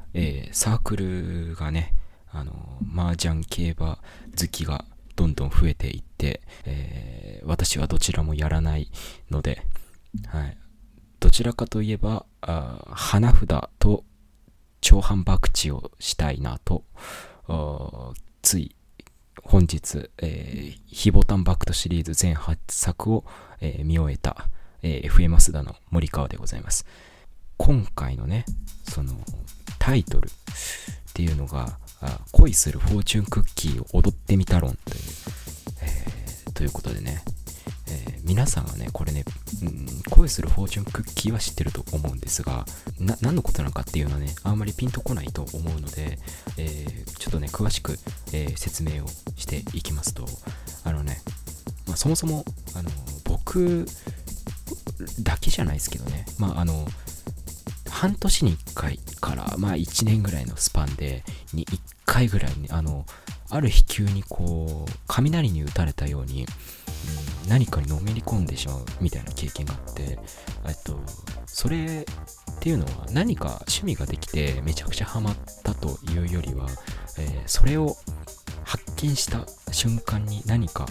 サークルがね、麻雀競馬好きがどんどん増えていって、私はどちらもやらないので、はい、どちらかといえば花札と長反博打をしたいなと、つい本日、非ボタンバクトシリーズ全8作を、見終えた、FM 増田の森川でございます。今回のね、そのタイトルっていうのが、恋するフォーチュンクッキーを踊ってみた論ということでね、皆さんはね、これね、恋するフォーチュンクッキーは知ってると思うんですが、何のことなのかっていうのはね、あんまりピンとこないと思うので、ちょっとね、詳しく、説明をしていきますと、そもそも、僕だけじゃないですけどね、半年に1回から、1年ぐらいのスパンで、に1回ぐらいに、ある日急にこう、雷に打たれたように、何かにのめり込んでしまうみたいな経験があって、それっていうのは何か趣味ができてめちゃくちゃハマったというよりは、それを発見した瞬間に何か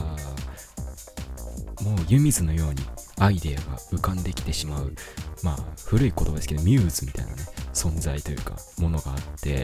もう湯水のようにアイデアが浮かんできてしまう、古い言葉ですけどミューズみたいなね存在というかものがあって、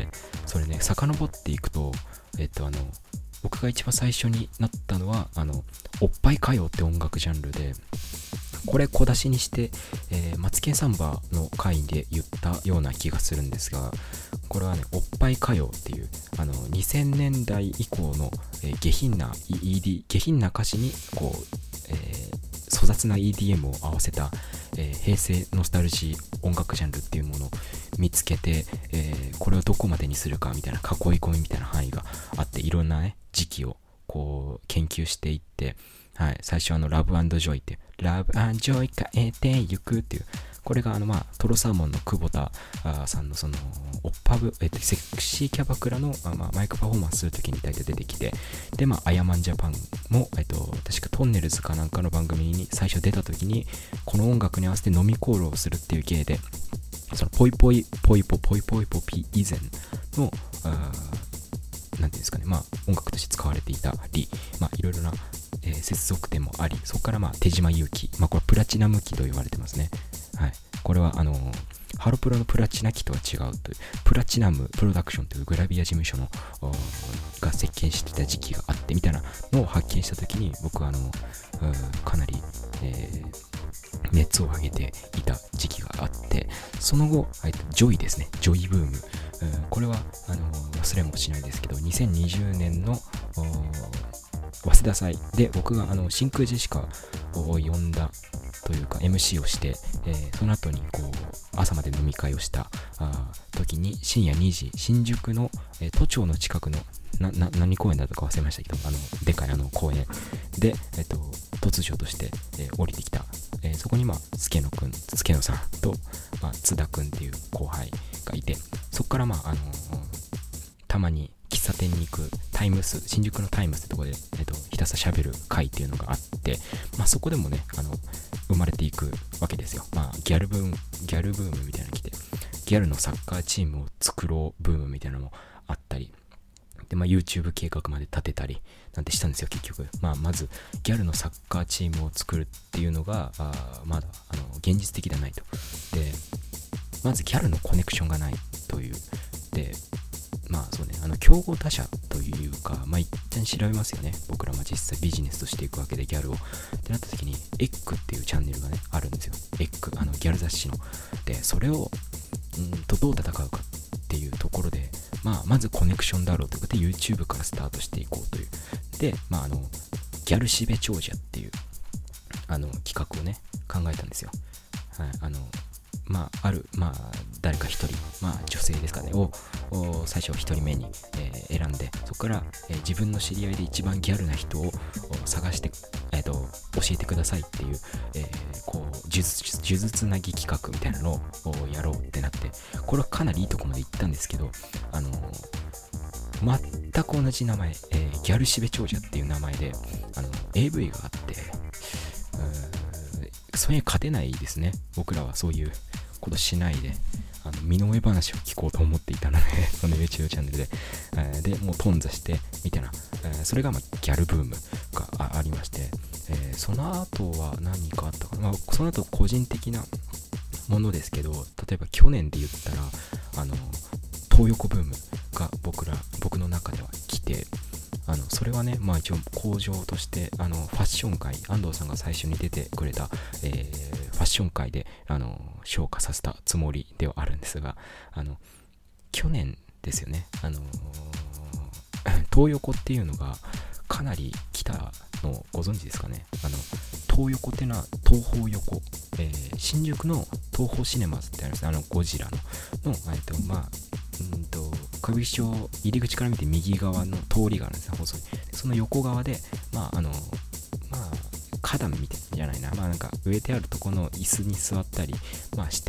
それね遡っていくと僕が一番最初になったのはおっぱい歌謡って音楽ジャンルで、これ小出しにして、マツケンサンバの回で言ったような気がするんですが、これはねおっぱい歌謡っていう2000年代以降の、下品な 下品な歌詞にこう、粗雑な EDM を合わせた、平成ノスタルジー音楽ジャンルっていうものを見つけて、これをどこまでにするかみたいな囲い込みみたいな範囲があって、いろんなね時期をこう研究していって、はい、最初ラブ&ジョイってラブ&ジョイ変えてゆくっていう、これがトロサーモンの久保田さんのそのオッパブ、セクシーキャバクラの、マイクパフォーマンスするときに大体出てきて、でアヤマンジャパンも、確かトンネルズかなんかの番組に最初出たときにこの音楽に合わせて飲みコールをするっていう芸で、そのポイポイポイポポイポイポピ以前のなんていうんですかね、音楽として使われていたり、いろいろな、接続点もあり、そこから手島優希、これプラチナム期と言われてますね。はい、これはハロプロのプラチナ期とは違うという、プラチナムプロダクションというグラビア事務所のが席巻していた時期があってみたいなのを発見したときに、僕はかなり、熱を上げていた時期があって、その後、ジョイですね、ジョイブーム、これは忘れもしないですけど、2020年の早稲田祭で僕が真空ジェシカを呼んだというか MC をして、その後にこう朝まで飲み会をした時に深夜2時新宿の、都庁の近くの何公園だったか忘れましたけど、でかい公園で、突如として、降りてきた、そこに助野さんと、津田くんっていう後輩がいて、そこからたまに喫茶店に行く新宿のタイムスってところで、ひたすら喋る会っていうのがあって、そこでもね生まれていくわけですよ。ギャルブームみたいなの来て、ギャルのサッカーチームを作ろうブームみたいなのもあったりで、YouTube 計画まで立てたりなんてしたんですよ。結局まずギャルのサッカーチームを作るっていうのがまだ現実的ではないと。でまずギャルのコネクションがないというで、そうね、競合他社というか、一旦調べますよね。僕ら実際ビジネスとしていくわけでギャルをってなった時にエッグっていうチャンネルがねあるんですよ。エッグギャル雑誌ので、それをどう戦うかっていうところで、まずコネクションだろうということで YouTube からスタートしていこうというで、ギャルシベ長者っていう企画をね考えたんですよ。はい、誰か一人、女性ですかねを最初一人目に、選んで、そこから、自分の知り合いで一番ギャルな人を探して、教えてくださいっていう、こう呪術つなぎ企画みたいなのをやろうってなって、これはかなりいいとこまで行ったんですけど、全く同じ名前、ギャルシベ長者っていう名前でAV があって、それに勝てないですね。僕らはそういうことしないで、 身の上話を聞こうと思っていたのでその YouTube チャンネルで、でもう頓挫してみたいな、それがギャルブームが ありまして、その後は何かあったかな、その後個人的なものですけど、例えば去年で言ったら東横ブームが僕の中では来て、それはね、一応工場としてファッション界、安藤さんが最初に出てくれた、ファッション界で昇華させたつもりではあるんですが、去年ですよね、東横っていうのがかなり来たのご存知ですかね。東横っていうのは東宝横、新宿の東宝シネマズってあります、ゴジラの歌舞伎町入り口から見て右側の通りがあるんですね、細い。その横側で花壇みたいじゃないな、なんか植えてあるとこの椅子に座ったり、して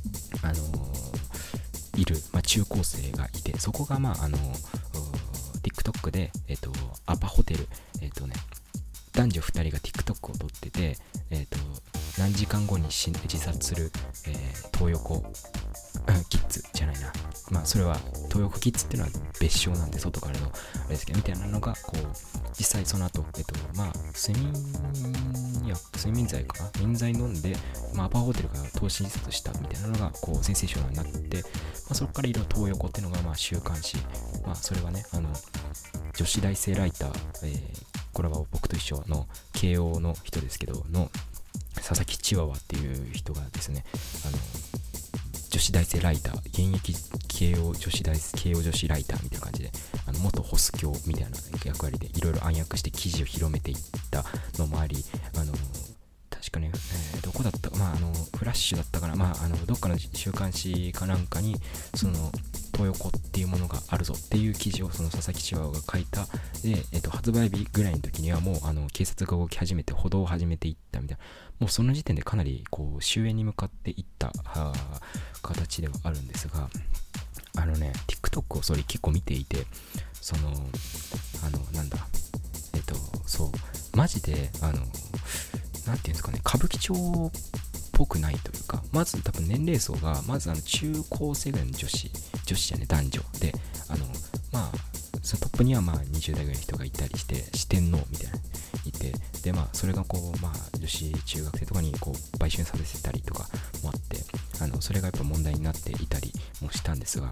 いる、中高生がいて、そこがTikTok でアパホテル、男女2人が TikTok を撮ってて、何時間後に自殺する、東横キッズじゃないな、それは東横キッズっていうのは別称なんで外からのあれですけど、みたいなのがこう実際その後、睡眠剤かな、眠剤飲んで、アパホテルが投資自殺したみたいなのがこうセンセーショナルになって、そこからいろいろ東横っていうのが週刊誌、それはね女子大生ライター、これは僕と一緒の慶応の人ですけどの佐々木チワワっていう人がですね、女子大生ライター、現役慶応女子ライターみたいな感じで、元ホス教みたいな役割でいろいろ暗躍して記事を広めていったのもあり、確かね、どこだったか、フラッシュだったかな、どっかの週刊誌かなんかにその東横っていうものがあるぞっていう記事をその佐々木チワワが書いた。で、発売日ぐらいの時にはもう警察が動き始めて補導を始めていったみたいな、もうその時点でかなりこう終焉に向かっていった形ではあるんですが、TikTok を結構見ていて、そうマジでなんていうんですかね、歌舞伎町っぽくないというか、まず多分年齢層が中高生ぐらいの女子じゃね、男女で、そのトップには20代ぐらいの人がいたりして、四天王みたいないて、でそれがこう女子中学生とかにこう売春させたりとかもあって、それがやっぱ問題になっていたりもしたんですが、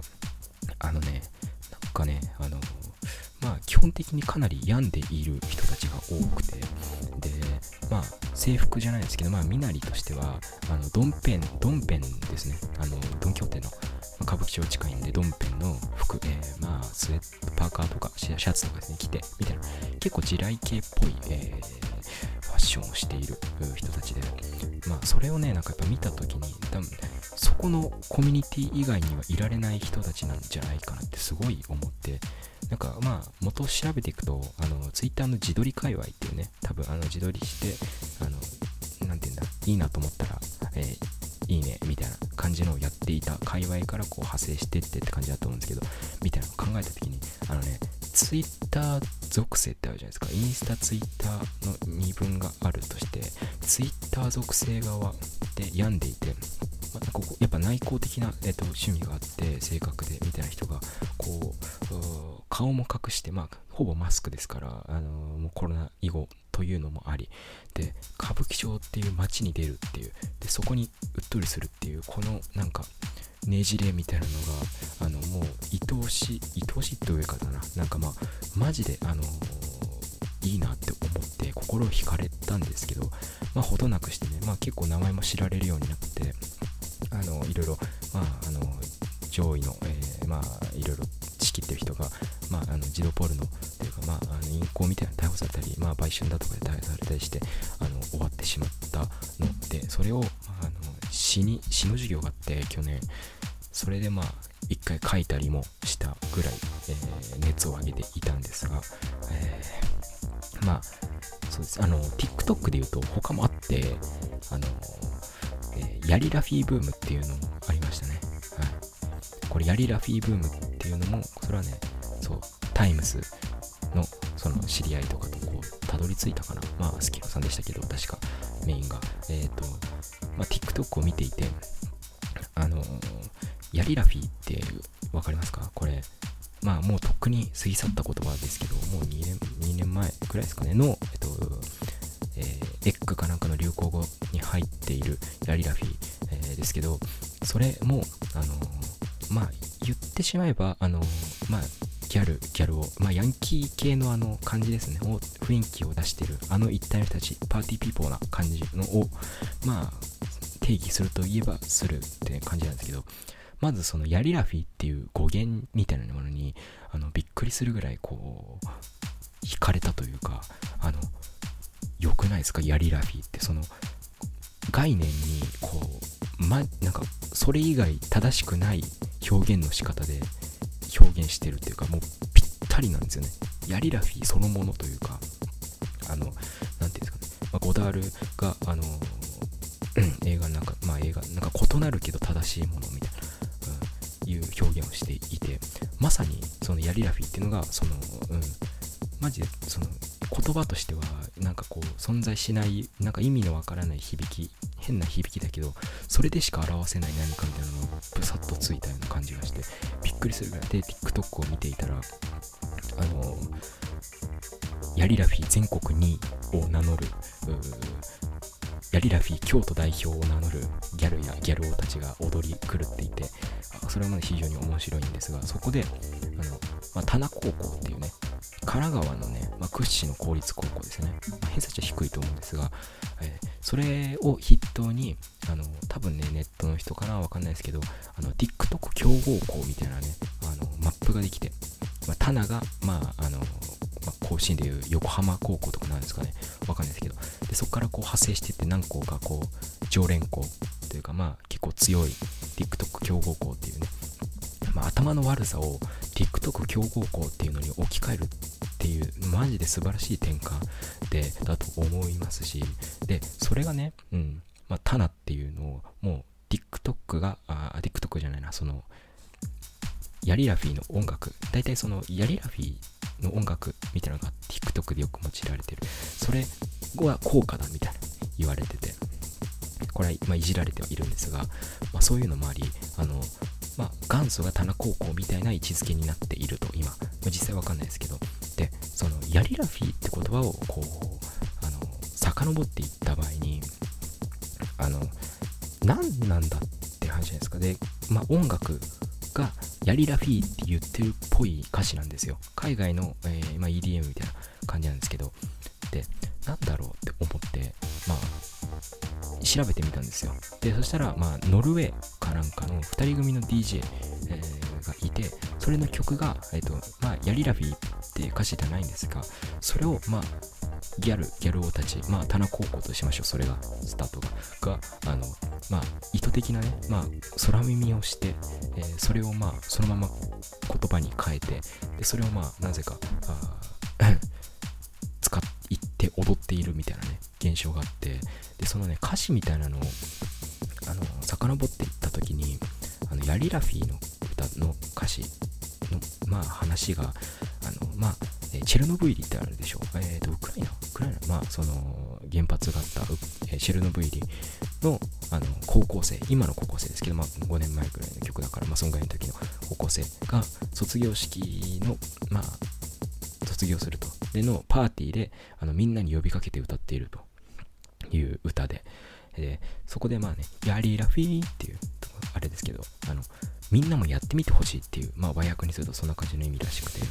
基本的にかなり病んでいる人たちが多くて、で制服じゃないですけど、身なりとしてはドンペンですね、ドンキョーテの歌舞伎町近いんで、ドンペンの服、スウェットパーカーとかシャツとかですね着てみたいな、結構地雷系っぽい、ファッションをしている人たちで、それをねやっぱ見た時に多分そこのコミュニティ以外にはいられない人たちなんじゃないかなってすごい思って、元を調べていくとツイッターの自撮り界隈っていうね、多分自撮りしてなんていうんだ、いいなと思ったら、いいねみたいな感じのをやっていた界隈からこう派生してって感じだと思うんですけど、みたいなのを考えた時にツイッター属性ってあるじゃないですか。インスタツイッターの二分があるとして、ツイッター属性側で病んでいて、やっぱ内向的な、趣味があって性格でみたいな人がこう顔も隠して、ほぼマスクですから、もうコロナ以後というのもありで、歌舞伎町っていう街に出るっていうで、そこにうっとりするっていうこのねじれみたいなのがもう愛おしいっていうかだな、マジでいいなって思って心を惹かれたんですけど、ほどなくしてね、結構名前も知られるようになって、いろいろ上位の、いろいろ仕切ってる人が、児童ポルノっていうか、淫行みたいな逮捕されたり、売春だとかで逮捕されたりして終わってしまったので、それを詩の授業があって去年、それで一回書いたりもしたぐらい、熱を上げていたんですが、そうです。TikTok で言うと他もあって、ヤリラフィーブームっていうのもありましたね。これヤリラフィーブームっていうのも、それはね、タイムズのその知り合いとかとこうたどり着いたかな。スキロさんでしたけど、確かメインがTikTok を見ていて、 ヤリラフィーってわかりますか？これまあもうとっくに過ぎ去った言葉ですけど、もう2年前くらいですかねのエッグかなんかの流行語に入っているヤリラフィー、ですけど、それもまあ言ってしまえばまあギャルを、まあ、ヤンキー系の感じですねを雰囲気を出している一体の人たち、パーティーピーポーな感じのをまあ定義するといえばするって感じなんですけど、まずそのヤリラフィーっていう語源みたいなものにびっくりするぐらいこう惹かれたというか、良くないですか？ヤリラフィーってその概念にこうなんかそれ以外正しくない表現の仕方で表現してるっていうか、もうぴったりなんですよね。ヤリラフィーそのものというか、なんていうんですかね、ゴダールが映画なんか異なるけど正しいものみたいな、いう表現をしていて、まさにそのヤリラフィーっていうのがマジでその言葉としてはなんかこう存在しないなんか意味のわからない変な響きだけど、それでしか表せない何かみたいなのがブサッとついたような感じがしてびっくりするぐらいで、 TikTok を見ていたらヤリラフィー全国2位を名乗るヤリラフィー京都代表を名乗るギャル王たちが踊り狂っていて、それも非常に面白いんですが、そこで田名高校っていうね、神奈川のね、屈指の公立高校ですよね。偏差値は低いと思うんですが、それを筆頭に多分ねネットの人かなわかんないですけど、TikTok 強豪校みたいなねマップができて、田名が甲子園でいう横浜高校とかなんですかね、わかんないですけど、でそこからこう派生していって何校かこう常連校というか結構強い TikTok 強豪校っていうね、頭の悪さを TikTok 強豪校っていうのに置き換えるっていうマジで素晴らしい転換だと思いますし、でそれがね、タナっていうのをもう TikTok がTikTok じゃないな、そのヤリラフィーの音楽、大体そのヤリラフィーの音楽みたいなのが TikTok でよく用いられてる、それは効果だみたいな言われてて、これはいじられてはいるんですが、そういうのもあり元祖が田名高校みたいな位置づけになっていると今、実際わかんないですけど、でそのヤリラフィーって言葉をこう遡っていった場合に何なんだって話じゃないですか。で音楽がヤリラフィーって言ってるっぽい歌詞なんですよ。海外の、EDM みたいな感じなんですけど、でなんだろうって思って調べてみたんですよ。でそしたらノルウェーかなんかの2人組の DJ、がいて、それの曲が、ヤリラフィーっていう歌詞ではないんですが、それをギャル王たち、田名高校としましょう、それがスタートが意図的なね、空耳をして、それをそのまま言葉に変えて、でそれをなぜか使って踊っているみたいなね現象があって、でそのね歌詞みたいなのを遡っていった時にヤリラフィーの歌の歌詞の話がチェルノブイリってあるでしょ、ウクライナその原発があった、チェルノブイリの高校生、今の高校生ですけど、5年前くらいの曲だから、そんぐらいの時の高校生が卒業式の卒業するとでのパーティーでみんなに呼びかけて歌っているという歌で、そこでヤリラフィーっていうあれですけど、みんなもやってみてほしいっていう、和訳にするとそんな感じの意味らしくて、で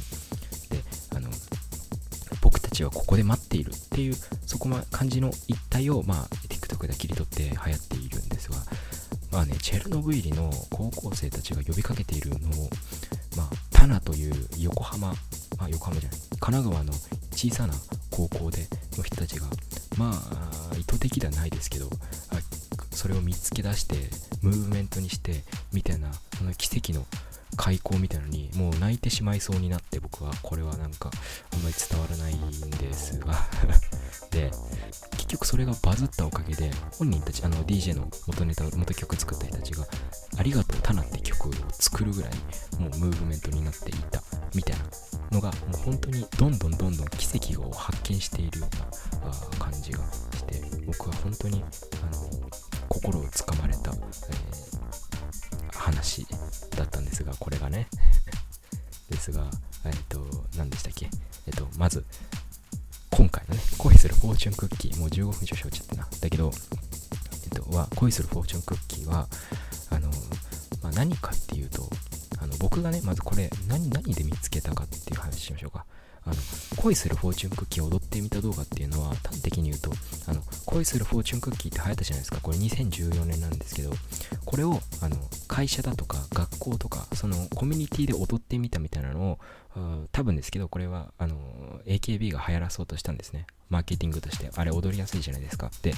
僕たちはここで待っているっていうそこ感じの一体をTikTok で切り取って流行っているんですが、チェルノブイリの高校生たちが呼びかけているのをタナという横浜じゃない神奈川の小さな高校での人たちが意図的ではないですけどそれを見つけ出してムーブメントにしてみたいな、その奇跡の開口みたいなのにもう泣いてしまいそうになって、僕はこれはなんかあんまり伝わらないんですがで結局それがバズったおかげで本人たちDJ の元曲作った人たちがありがとうタナって曲を作るぐらいもうムーブメントになっていたみたいなのが、もう本当にどんどん奇跡を発見しているような感じがして、僕は本当に心をつかまれた、話だったんですが、これがねですが、何でしたっけ。まず今回のね、恋するフォーチュンクッキー、もう15分以上しゃべっちゃったな。だけど、恋するフォーチュンクッキーは、何かっていうと、僕がね、まずこれ、何で見つけたかっていう話しましょうか。恋するフォーチュンクッキーを踊ってみた動画っていうのは、端的に言うと、恋するフォーチュンクッキーって流行ったじゃないですか。これ2014年なんですけど、これを、会社だとか、学校とか、そのコミュニティで踊ってみたみたいなのを、多分ですけど、これは、AKB が流行らそうとしたんですね。マーケティングとして。あれ踊りやすいじゃないですか。で、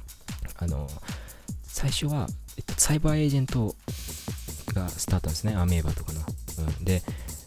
最初は、サイバーエージェントがスタートですね。アメーバとかの。で、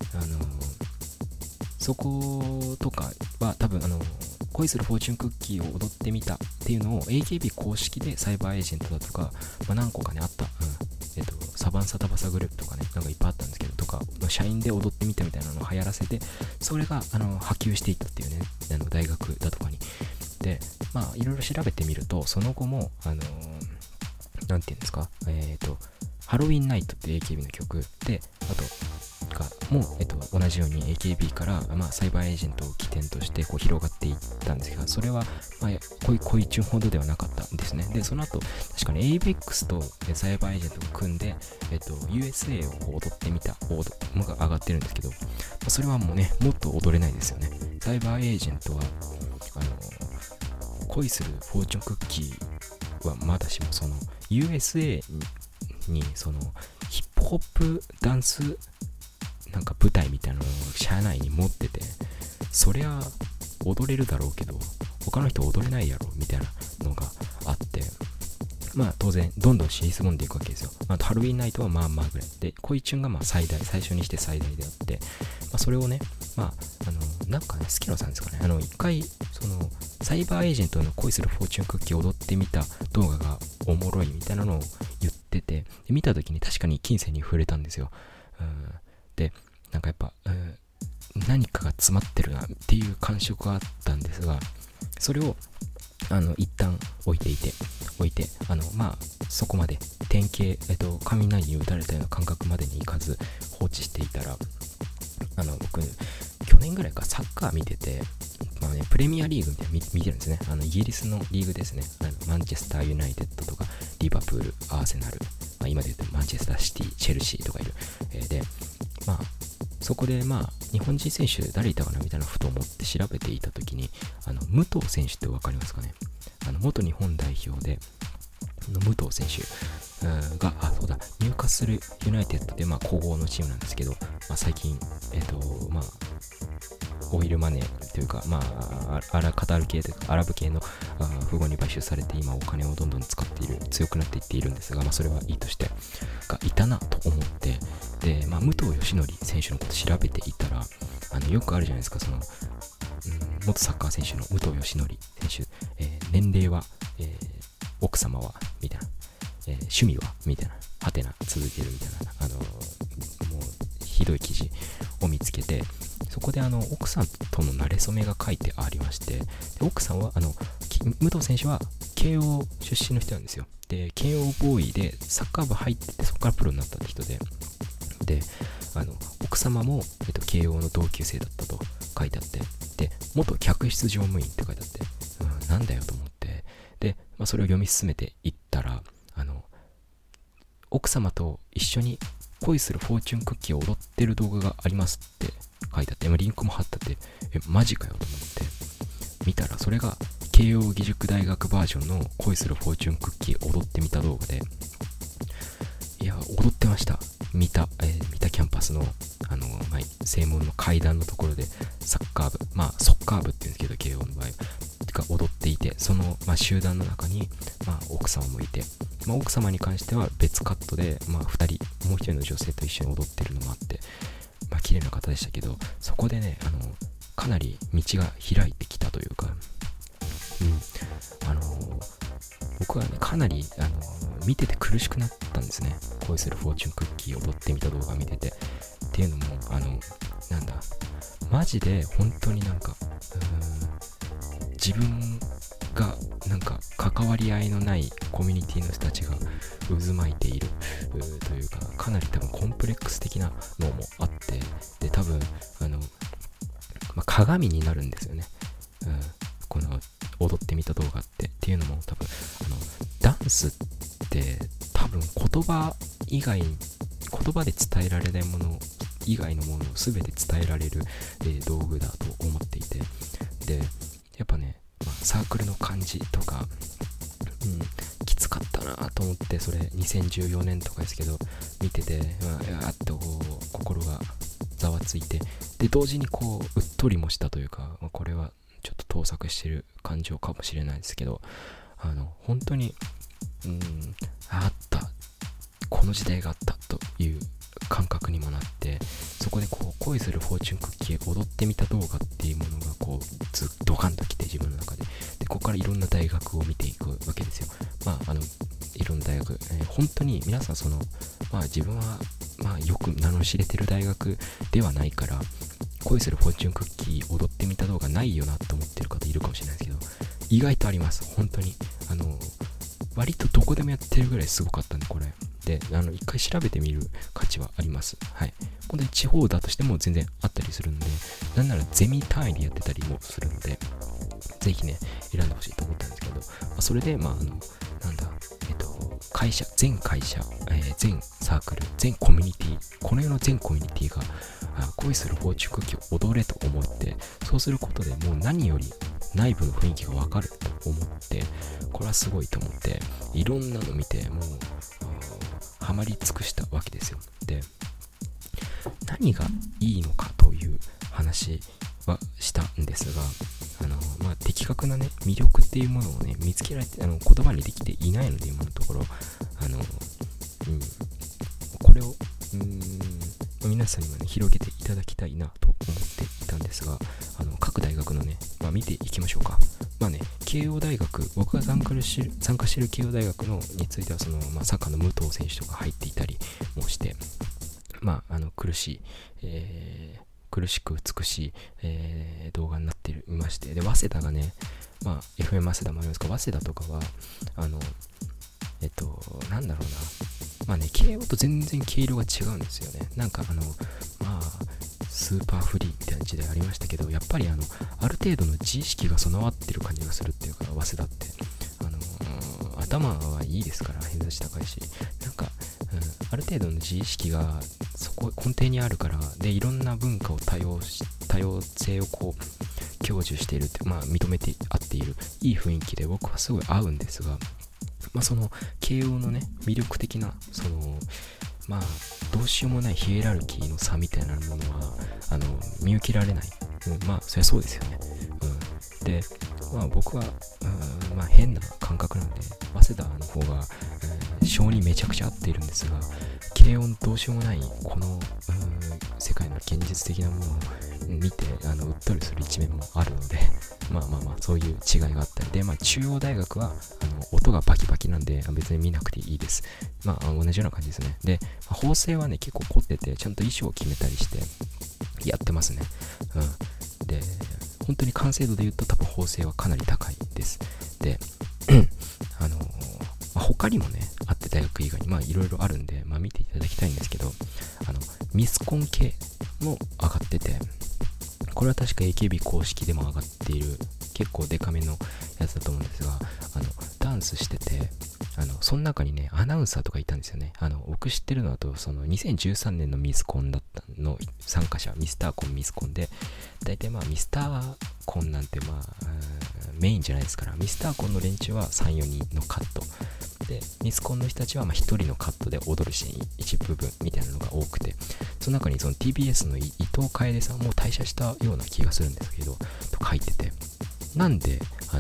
そことかは多分恋するフォーチュンクッキーを踊ってみたっていうのを AKB 公式でサイバーエージェントだとか、何個かねあった、サバンサタバサグループとかね、なんかいっぱいあったんですけど、とか、社員で踊ってみたみたいなのを流行らせて、それが波及していったっていうね、大学だとかに。で、いろいろ調べてみると、その後も、なんていうんですか、ハロウィンナイトっていう AKB の曲で、あと、もう、同じように AKB から、サイバーエージェントを起点としてこう広がっていったんですが、それは、恋チュンほどではなかったんですね。で、その後、確かに ABEX とサイバーエージェントを組んで、USA を踊ってみたのが上がってるんですけど、それはもうね、もっと踊れないですよね。サイバーエージェントは、恋するフォーチュンクッキーはまだしも、その USA にそのヒップホップダンスなんか舞台みたいなのを社内に持ってて、そりゃ踊れるだろうけど他の人踊れないやろみたいなのがあって、当然どんどん尻すぼんでいくわけですよ。ハロウィンナイトはぐらいで、恋チュンが最初にして最大であって、それをね、なんかね、スキノさんですかね、一回そのサイバーエージェントの恋するフォーチュンクッキーを踊ってみた動画がおもろいみたいなのを言ってて、で見た時に確かに金銭に触れたんですよ。で、なんかやっぱ、何かが詰まってるなっていう感触があったんですが、それを一旦置いてそこまで典型、雷に打たれたような感覚までにいかず放置していたら、僕去年ぐらいかサッカー見てて、プレミアリーグみたいな見てるんですね。イギリスのリーグですね。マンチェスターユナイテッドとかリバプール、アーセナル、今で言うとマンチェスターシティ、チェルシーとかいる。で、そこで日本人選手誰いたかなみたいなふと思って調べていたときに、武藤選手って分かりますかね。元日本代表で武藤選手が、そうだ、ニューカッスルユナイテッドで古豪のチームなんですけど、最近オイルマネーというか、カタール系というかアラブ系の富豪に買収されて、今お金をどんどん使っている、強くなっていっているんですが、それはいいとしてがいたなと思って、で、武藤義則選手のこと調べていたら、よくあるじゃないですか、その、元サッカー選手の武藤義則選手、年齢は、奥様はみたいな、趣味はみたいな、はてな続けるみたいな、もうひどい記事を見つけて、そこで奥さんとの馴れ初めが書いてありまして、で奥さんは武藤選手は慶応出身の人なんですよ。で、慶応ボーイでサッカー部入ってて、そこからプロになった人で、奥様も、慶応の同級生だったと書いてあって、で、元客室乗務員って書いてあって、なんだよと思って、で、それを読み進めていったら、奥様と一緒に恋するフォーチュンクッキーを踊ってる動画がありますって書いてあって、リンクも貼ってあって、マジかよと思って見たら、それが慶応義塾大学バージョンの恋するフォーチュンクッキー踊ってみた動画で、いや踊ってました。見たキャンパスの正門の階段のところでサッカー部、ソッカー部っていうんですけど、慶応の場合が踊っていて、その、集団の中に、奥様もいて、奥様に関しては別カットで、2人もう一人の女性と一緒に踊ってるのもあって、綺麗な方でしたけど、そこでね、かなり道が開いてきたというか、僕はね、かなり見てて苦しくなったんですね。恋するフォーチュンクッキーを踊ってみた動画見てて。っていうのも、なんだ、マジで本当になんか、自分がなんか関わり合いのないコミュニティの人たちが渦巻いているというか、 かなり多分コンプレックス的なのもあって、で多分鏡になるんですよね、この踊ってみた動画っていうのも多分ダンスって多分言葉で伝えられないもの以外のものを全て伝えられる、道具だと思っていて、でやっぱね、サークルの感じとか、きつかったなと思って、それ2014年とかですけど見てて、こう心がざわついて、で同時にこううっとりもしたというか、これはちょっと盗作してる感情かもしれないですけど、本当にあったこの時代があったという感覚にもなって、そこでこう恋するフォーチュンクッキー踊ってみた動画っていうものがこうドカンときて、自分の中でここからいろんな大学を見ていくわけですよ。いろんな大学、本当に皆さん自分はよく名の知れてる大学ではないから、恋するフォーチュンクッキー踊ってみた動画ないよなと思ってる方いるかもしれないですけど、意外とあります。本当に割とどこでもやってるぐらいすごかったんで、これで一回調べてみる価値はあります。はい。本当に地方だとしても全然あったりするんで、なんならゼミ単位でやってたりもするので、ぜひね選んでほしいと思ったんですけど、それで全会社、全サークル、全コミュニティ、この世の全コミュニティが恋するフォーチュンクッキーを踊れと思って、そうすることでもう何より内部の雰囲気がわかると思って、これはすごいと思って、いろんなの見てもうハマり尽くしたわけですよ。で、何がいいのかという話はしたんですが、的確なね魅力っていうものをね見つけられて、言葉にできていないので、今のところこれを皆さんにもね広げていただきたいなと思っていたんですが、各大学のね、見ていきましょうか。慶応大学、僕が参加している慶応大学のについてはサッカーの武藤選手とか入っていたりもして、苦しく美しい、動画になっていまして、で早稲田がね、FM 早稲田もありますが、早稲田とかは慶応と全然毛色が違うんですよね。スーパーフリーみたいな時代ありましたけど、やっぱりある程度の自意識が備わってる感じがするっていうか、早稲田って頭はいいですから、偏差値高いし、ある程度の自意識がそこ根底にあるから、でいろんな文化を多様性をこう享受しているって、認めて合っているいい雰囲気で、僕はすごい合うんですが、その慶応のね魅力的などうしようもないヒエラルキーの差みたいなものは見受けられない。そりゃそうですよね。で、僕は、変な感覚なんで、早稲田の方が、性にめちゃくちゃ合っているんですが、慶応のどうしようもないこの、世界の現実的なものを見てうっとりする一面もあるので、そういう違いがあったりで、中央大学は音がバキバキなんで別に見なくていいです。同じような感じですね。で、縫製はね結構凝ってて、ちゃんと衣装を決めたりしてやってますね。で、本当に完成度で言うと多分縫製はかなり高いです。で他にもねあって、大学以外にいろいろあるんで、見ていただきたいんですけど、ミスコン系も上がってて、これは確か AKB 公式でも上がっている結構デカめのやつだと思うんですが、ダンスしてて、その中にねアナウンサーとかいたんですよね。僕知ってるのだと、2013年のミスコンだったの参加者、ミスターコンミスコンで、大体ミスターコンなんてメインじゃないですから、ミスターコンの連中は 3,4 人のカットで、ミスコンの人たちは1人のカットで踊るシーン一部分みたいなのが多くて、その中にTBS の伊藤楓さんも退社したような気がするんですけどと書いてて、なんで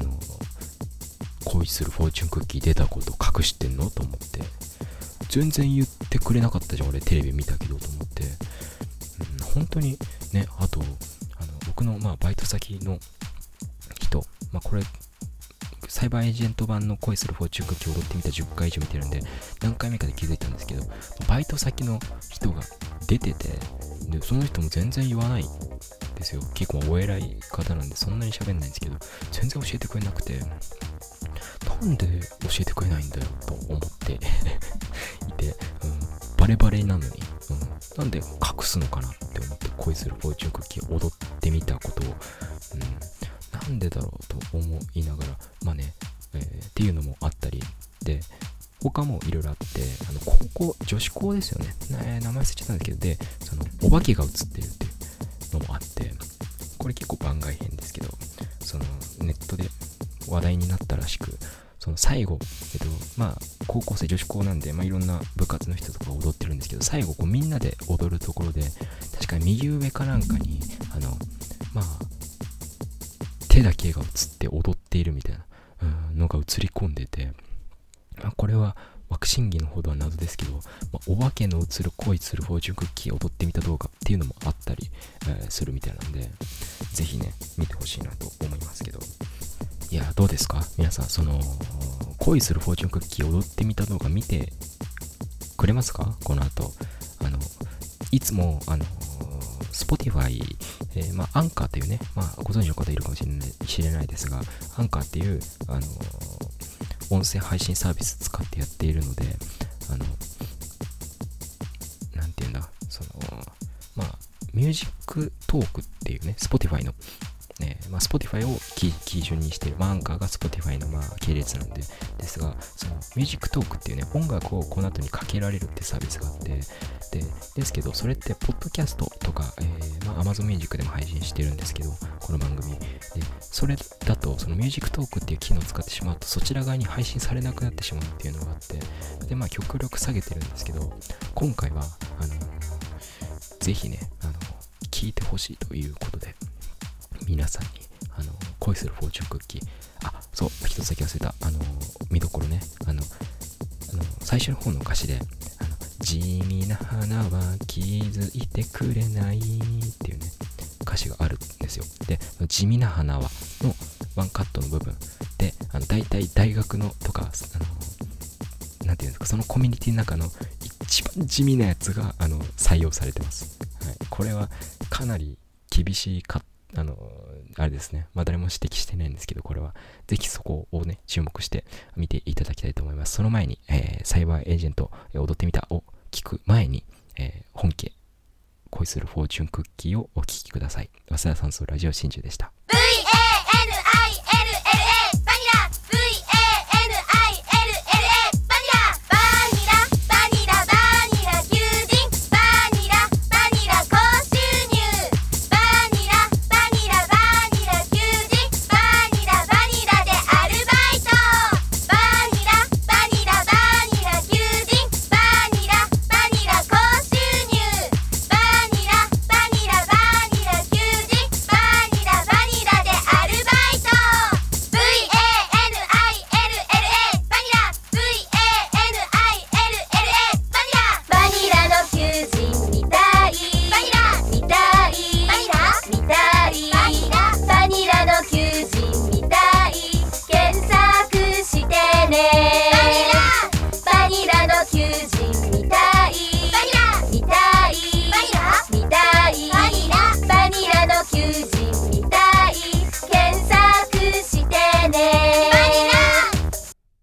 恋するフォーチュンクッキー出たこと隠してんのと思って、全然言ってくれなかったじゃん俺テレビ見たけどと思って、本当にね。あと僕のバイト先の人、これサイバーエージェント版の恋するフォーチュンクッキー踊ってみた10回以上見てるんで何回目かで気づいたんですけど、バイト先の人が出てて、でその人も全然言わないんですよ。結構お偉い方なんでそんなに喋んないんですけど、全然教えてくれなくて、なんで教えてくれないんだよと思っていて、 バレバレなのに、なんで隠すのかなって思って恋するフォーチュンクッキー踊ってみたことを、なんでだろうと思いながら、まあね、っていうのもあったりで、他もいろいろあって、女子校ですよね、名前忘れちゃったんですけど、で、そのお化けが映ってるっていうのもあって、これ結構番外編ですけど、そのネットで話題になったらしく、その最後、まあ高校生女子校なんで、まあいろんな部活の人とか踊ってるんですけど、最後こうみんなで踊るところで、確かに右上かなんかにまあ手だけが映って踊っているみたいなのが映り込んでて、これは爆心儀のほどは謎ですけど、お化けの映る恋するフォーチュンクッキー踊ってみた動画っていうのもあったり、するみたいなんで、ぜひね見てほしいなと思いますけど、いやどうですか皆さん、その恋するフォーチュンクッキー踊ってみた動画見てくれますか？この後いつもSpotify、アンカーというね、ご存知の方いるかもしれないですが、アンカーっていう音声配信サービス使ってやっているので、なんていうんだ、ミュージックトークっていうね、Spotify の、Spotify を基準にしている、アンカーが Spotify の系列なんですが、そのミュージックトークっていうね、音楽をこの後にかけられるってサービスがあって、ですけど、それってポッドキャストとか、Amazon Music でも配信してるんですけど、この番組で、それだとそのミュージックトークっていう機能を使ってしまうと、そちら側に配信されなくなってしまうっていうのがあって、で極力下げてるんですけど、今回はぜひね聞いてほしいということで、皆さんに恋するフォーチュンクッキー、そう一つだけ忘れた、見どころね、最初の方の歌詞で地味な花は気づいてくれないっていうね歌詞があるんですよ。で、地味な花はのワンカットの部分で、大体大学のとかなんていうんですか、そのコミュニティの中の一番地味なやつが採用されてます。はい、これはかなり厳しいあれですね。誰も指摘してないんですけど、これはぜひそこをね注目して見ていただきたいと思います。その前に、サイバーエージェント踊ってみたを聞く前に、本家恋するフォーチュンクッキーをお聞きください。早稲田さんとラジオ真珠でした。VA